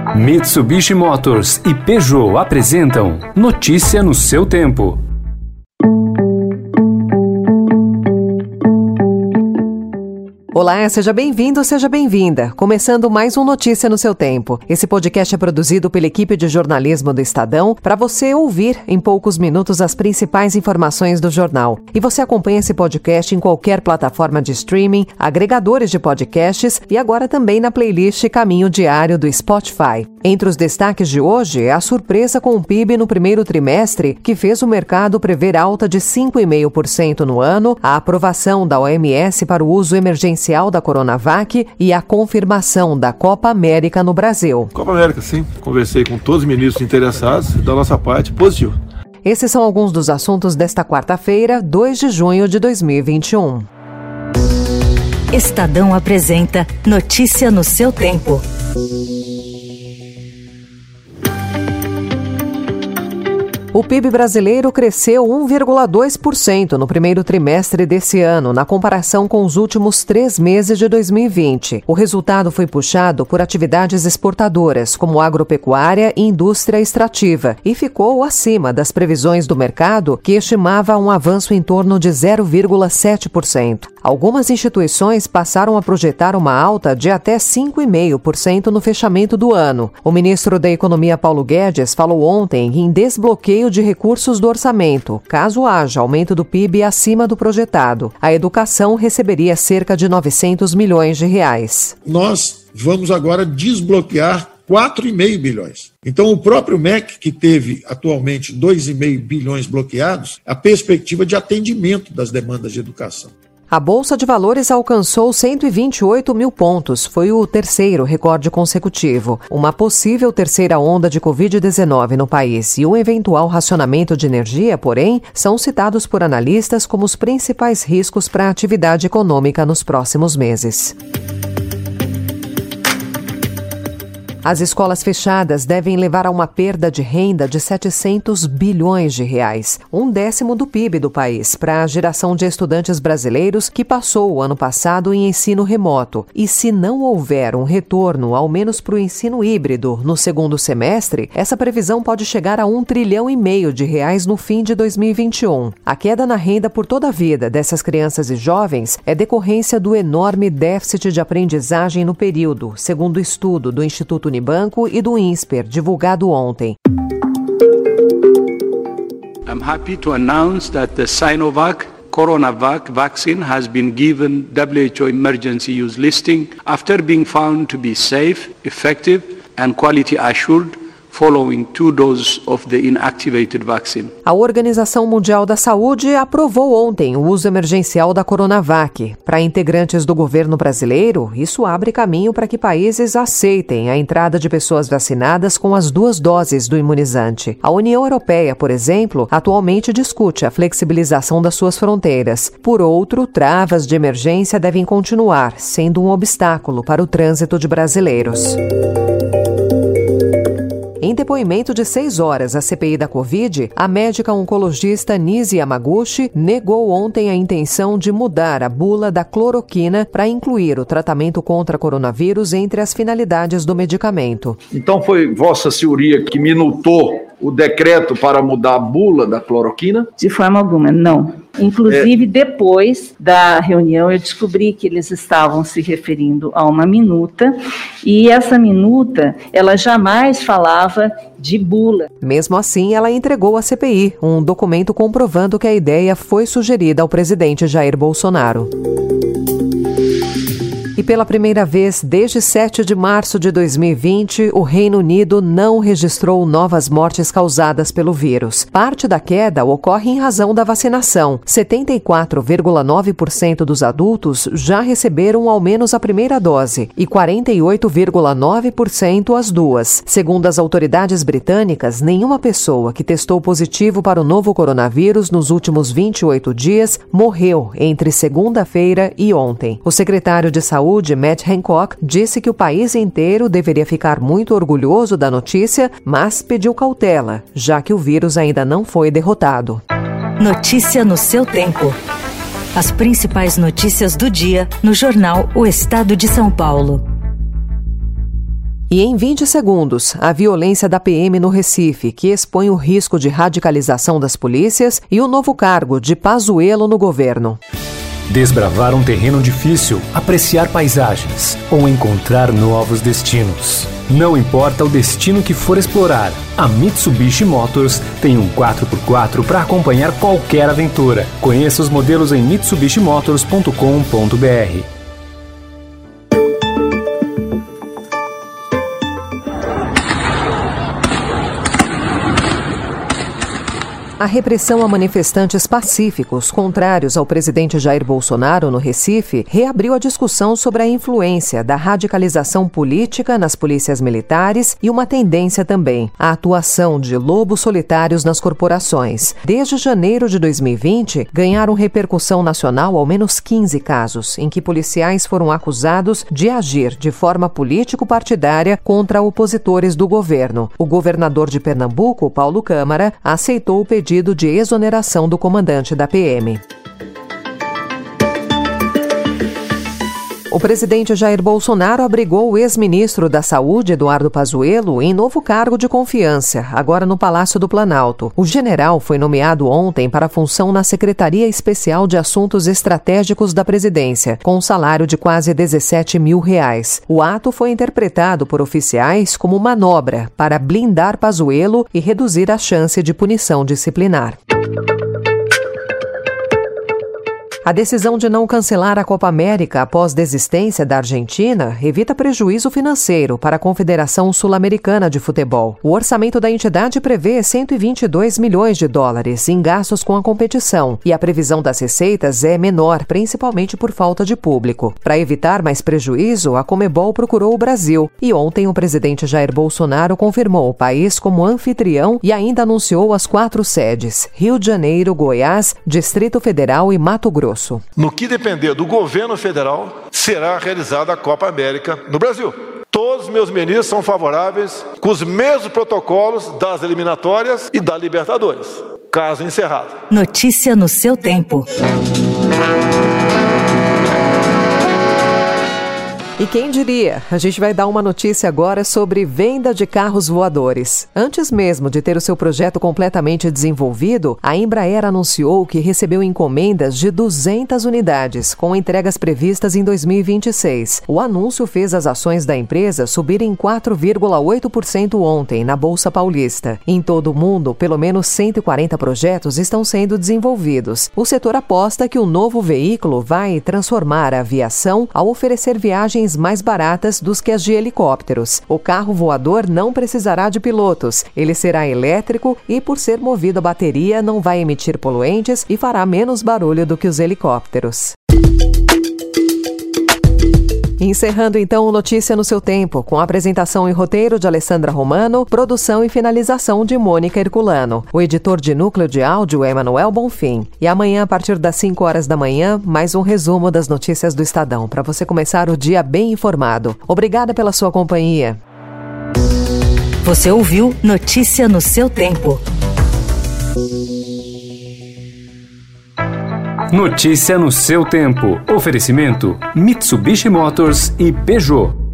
Mitsubishi Motors e Peugeot apresentam Notícia no seu tempo. Olá, seja bem-vindo, seja bem-vinda. Começando mais um Notícia no seu tempo. Esse podcast é produzido pela equipe de jornalismo do Estadão para você ouvir em poucos minutos as principais informações do jornal. E você acompanha esse podcast em qualquer plataforma de streaming, agregadores de podcasts e agora também na playlist Caminho Diário do Spotify. Entre os destaques de hoje é a surpresa com o PIB no primeiro trimestre, que fez o mercado prever alta de 5,5% no ano, a aprovação da OMS para o uso emergencial da Coronavac e a confirmação da Copa América no Brasil. Copa América, sim. Conversei com todos os ministros interessados, da nossa parte, positivo. Esses são alguns dos assuntos desta quarta-feira, 2 de junho de 2021. Estadão apresenta Notícia no seu tempo. O PIB brasileiro cresceu 1,2% no primeiro trimestre desse ano, na comparação com os últimos 3 meses de 2020. O resultado foi puxado por atividades exportadoras, como agropecuária e indústria extrativa, e ficou acima das previsões do mercado, que estimava um avanço em torno de 0,7%. Algumas instituições passaram a projetar uma alta de até 5,5% no fechamento do ano. O ministro da Economia, Paulo Guedes, falou ontem em desbloqueio de recursos do orçamento, caso haja aumento do PIB acima do projetado. A educação receberia cerca de 900 milhões de reais. Nós vamos agora desbloquear 4,5 bilhões. Então, o próprio MEC, que teve atualmente 2,5 bilhões bloqueados, a perspectiva de atendimento das demandas de educação. A Bolsa de Valores alcançou 128 mil pontos. Foi o terceiro recorde consecutivo. Uma possível terceira onda de Covid-19 no país e um eventual racionamento de energia, porém, são citados por analistas como os principais riscos para a atividade econômica nos próximos meses. As escolas fechadas devem levar a uma perda de renda de 700 bilhões de reais, 1/10 do PIB do país, para a geração de estudantes brasileiros que passou o ano passado em ensino remoto. E se não houver um retorno, ao menos para o ensino híbrido, no segundo semestre, essa previsão pode chegar a 1,5 trilhão de reais no fim de 2021. A queda na renda por toda a vida dessas crianças e jovens é decorrência do enorme déficit de aprendizagem no período, segundo o estudo do Instituto Unibanco e do INSPER, divulgado ontem. I'm happy to announce that the Sinovac Coronavac vaccine has been given WHO emergency use listing after being found to be safe, effective and quality assured following 2 doses of the inactivated vaccine. A Organização Mundial da Saúde aprovou ontem o uso emergencial da Coronavac. Para integrantes do governo brasileiro, isso abre caminho para que países aceitem a entrada de pessoas vacinadas com as 2 doses do imunizante. A União Europeia, por exemplo, atualmente discute a flexibilização das suas fronteiras. Por outro, travas de emergência devem continuar, sendo um obstáculo para o trânsito de brasileiros. Em depoimento de 6 horas à CPI da Covid, a médica oncologista Nise Yamaguchi negou ontem a intenção de mudar a bula da cloroquina para incluir o tratamento contra coronavírus entre as finalidades do medicamento. Então foi Vossa Senhoria que minutou o decreto para mudar a bula da cloroquina? De forma alguma, não. Inclusive, depois da reunião, eu descobri que eles estavam se referindo a uma minuta, e essa minuta, ela jamais falava de bula. Mesmo assim, ela entregou à CPI um documento comprovando que a ideia foi sugerida ao presidente Jair Bolsonaro. E pela primeira vez desde 7 de março de 2020, o Reino Unido não registrou novas mortes causadas pelo vírus. Parte da queda ocorre em razão da vacinação. 74,9% dos adultos já receberam ao menos a primeira dose e 48,9% as 2. Segundo as autoridades britânicas, nenhuma pessoa que testou positivo para o novo coronavírus nos últimos 28 dias morreu entre segunda-feira e ontem. O secretário de Saúde, Matt Hancock, disse que o país inteiro deveria ficar muito orgulhoso da notícia, mas pediu cautela, já que o vírus ainda não foi derrotado. Notícia no seu tempo. As principais notícias do dia no jornal O Estado de São Paulo. E em 20 segundos, a violência da PM no Recife, que expõe o risco de radicalização das polícias, e o novo cargo de Pazuello no governo. Desbravar um terreno difícil, apreciar paisagens ou encontrar novos destinos. Não importa o destino que for explorar, a Mitsubishi Motors tem um 4x4 para acompanhar qualquer aventura. Conheça os modelos em mitsubishimotors.com.br. A repressão a manifestantes pacíficos contrários ao presidente Jair Bolsonaro no Recife reabriu a discussão sobre a influência da radicalização política nas polícias militares e uma tendência também, a atuação de lobos solitários nas corporações. Desde janeiro de 2020, ganharam repercussão nacional ao menos 15 casos em que policiais foram acusados de agir de forma político-partidária contra opositores do governo. O governador de Pernambuco, Paulo Câmara, aceitou o pedido de exoneração do comandante da PM. O presidente Jair Bolsonaro abrigou o ex-ministro da Saúde, Eduardo Pazuello, em novo cargo de confiança, agora no Palácio do Planalto. O general foi nomeado ontem para a função na Secretaria Especial de Assuntos Estratégicos da Presidência, com um salário de quase R$17 mil. O ato foi interpretado por oficiais como manobra para blindar Pazuello e reduzir a chance de punição disciplinar. A decisão de não cancelar a Copa América após desistência da Argentina evita prejuízo financeiro para a Confederação Sul-Americana de Futebol. O orçamento da entidade prevê $122 milhões em gastos com a competição e a previsão das receitas é menor, principalmente por falta de público. Para evitar mais prejuízo, a Conmebol procurou o Brasil e ontem o presidente Jair Bolsonaro confirmou o país como anfitrião e ainda anunciou as 4 sedes: Rio de Janeiro, Goiás, Distrito Federal e Mato Grosso. No que depender do governo federal, será realizada a Copa América no Brasil. Todos os meus ministros são favoráveis com os mesmos protocolos das eliminatórias e da Libertadores. Caso encerrado. Notícia no seu tempo. E quem diria? A gente vai dar uma notícia agora sobre venda de carros voadores. Antes mesmo de ter o seu projeto completamente desenvolvido, a Embraer anunciou que recebeu encomendas de 200 unidades, com entregas previstas em 2026. O anúncio fez as ações da empresa subirem 4,8% ontem na Bolsa Paulista. Em todo o mundo, pelo menos 140 projetos estão sendo desenvolvidos. O setor aposta que o novo veículo vai transformar a aviação ao oferecer viagens mais baratas dos que as de helicópteros. O carro voador não precisará de pilotos. Ele será elétrico e, por ser movido a bateria, não vai emitir poluentes e fará menos barulho do que os helicópteros. Encerrando então o Notícia no seu tempo, com a apresentação e roteiro de Alessandra Romano, produção e finalização de Mônica Herculano. O editor de núcleo de áudio é Emanuel Bonfim. E amanhã, a partir das 5 horas da manhã, mais um resumo das notícias do Estadão, para você começar o dia bem informado. Obrigada pela sua companhia. Você ouviu Notícia no seu tempo. Notícia no seu tempo. Oferecimento Mitsubishi Motors e Peugeot.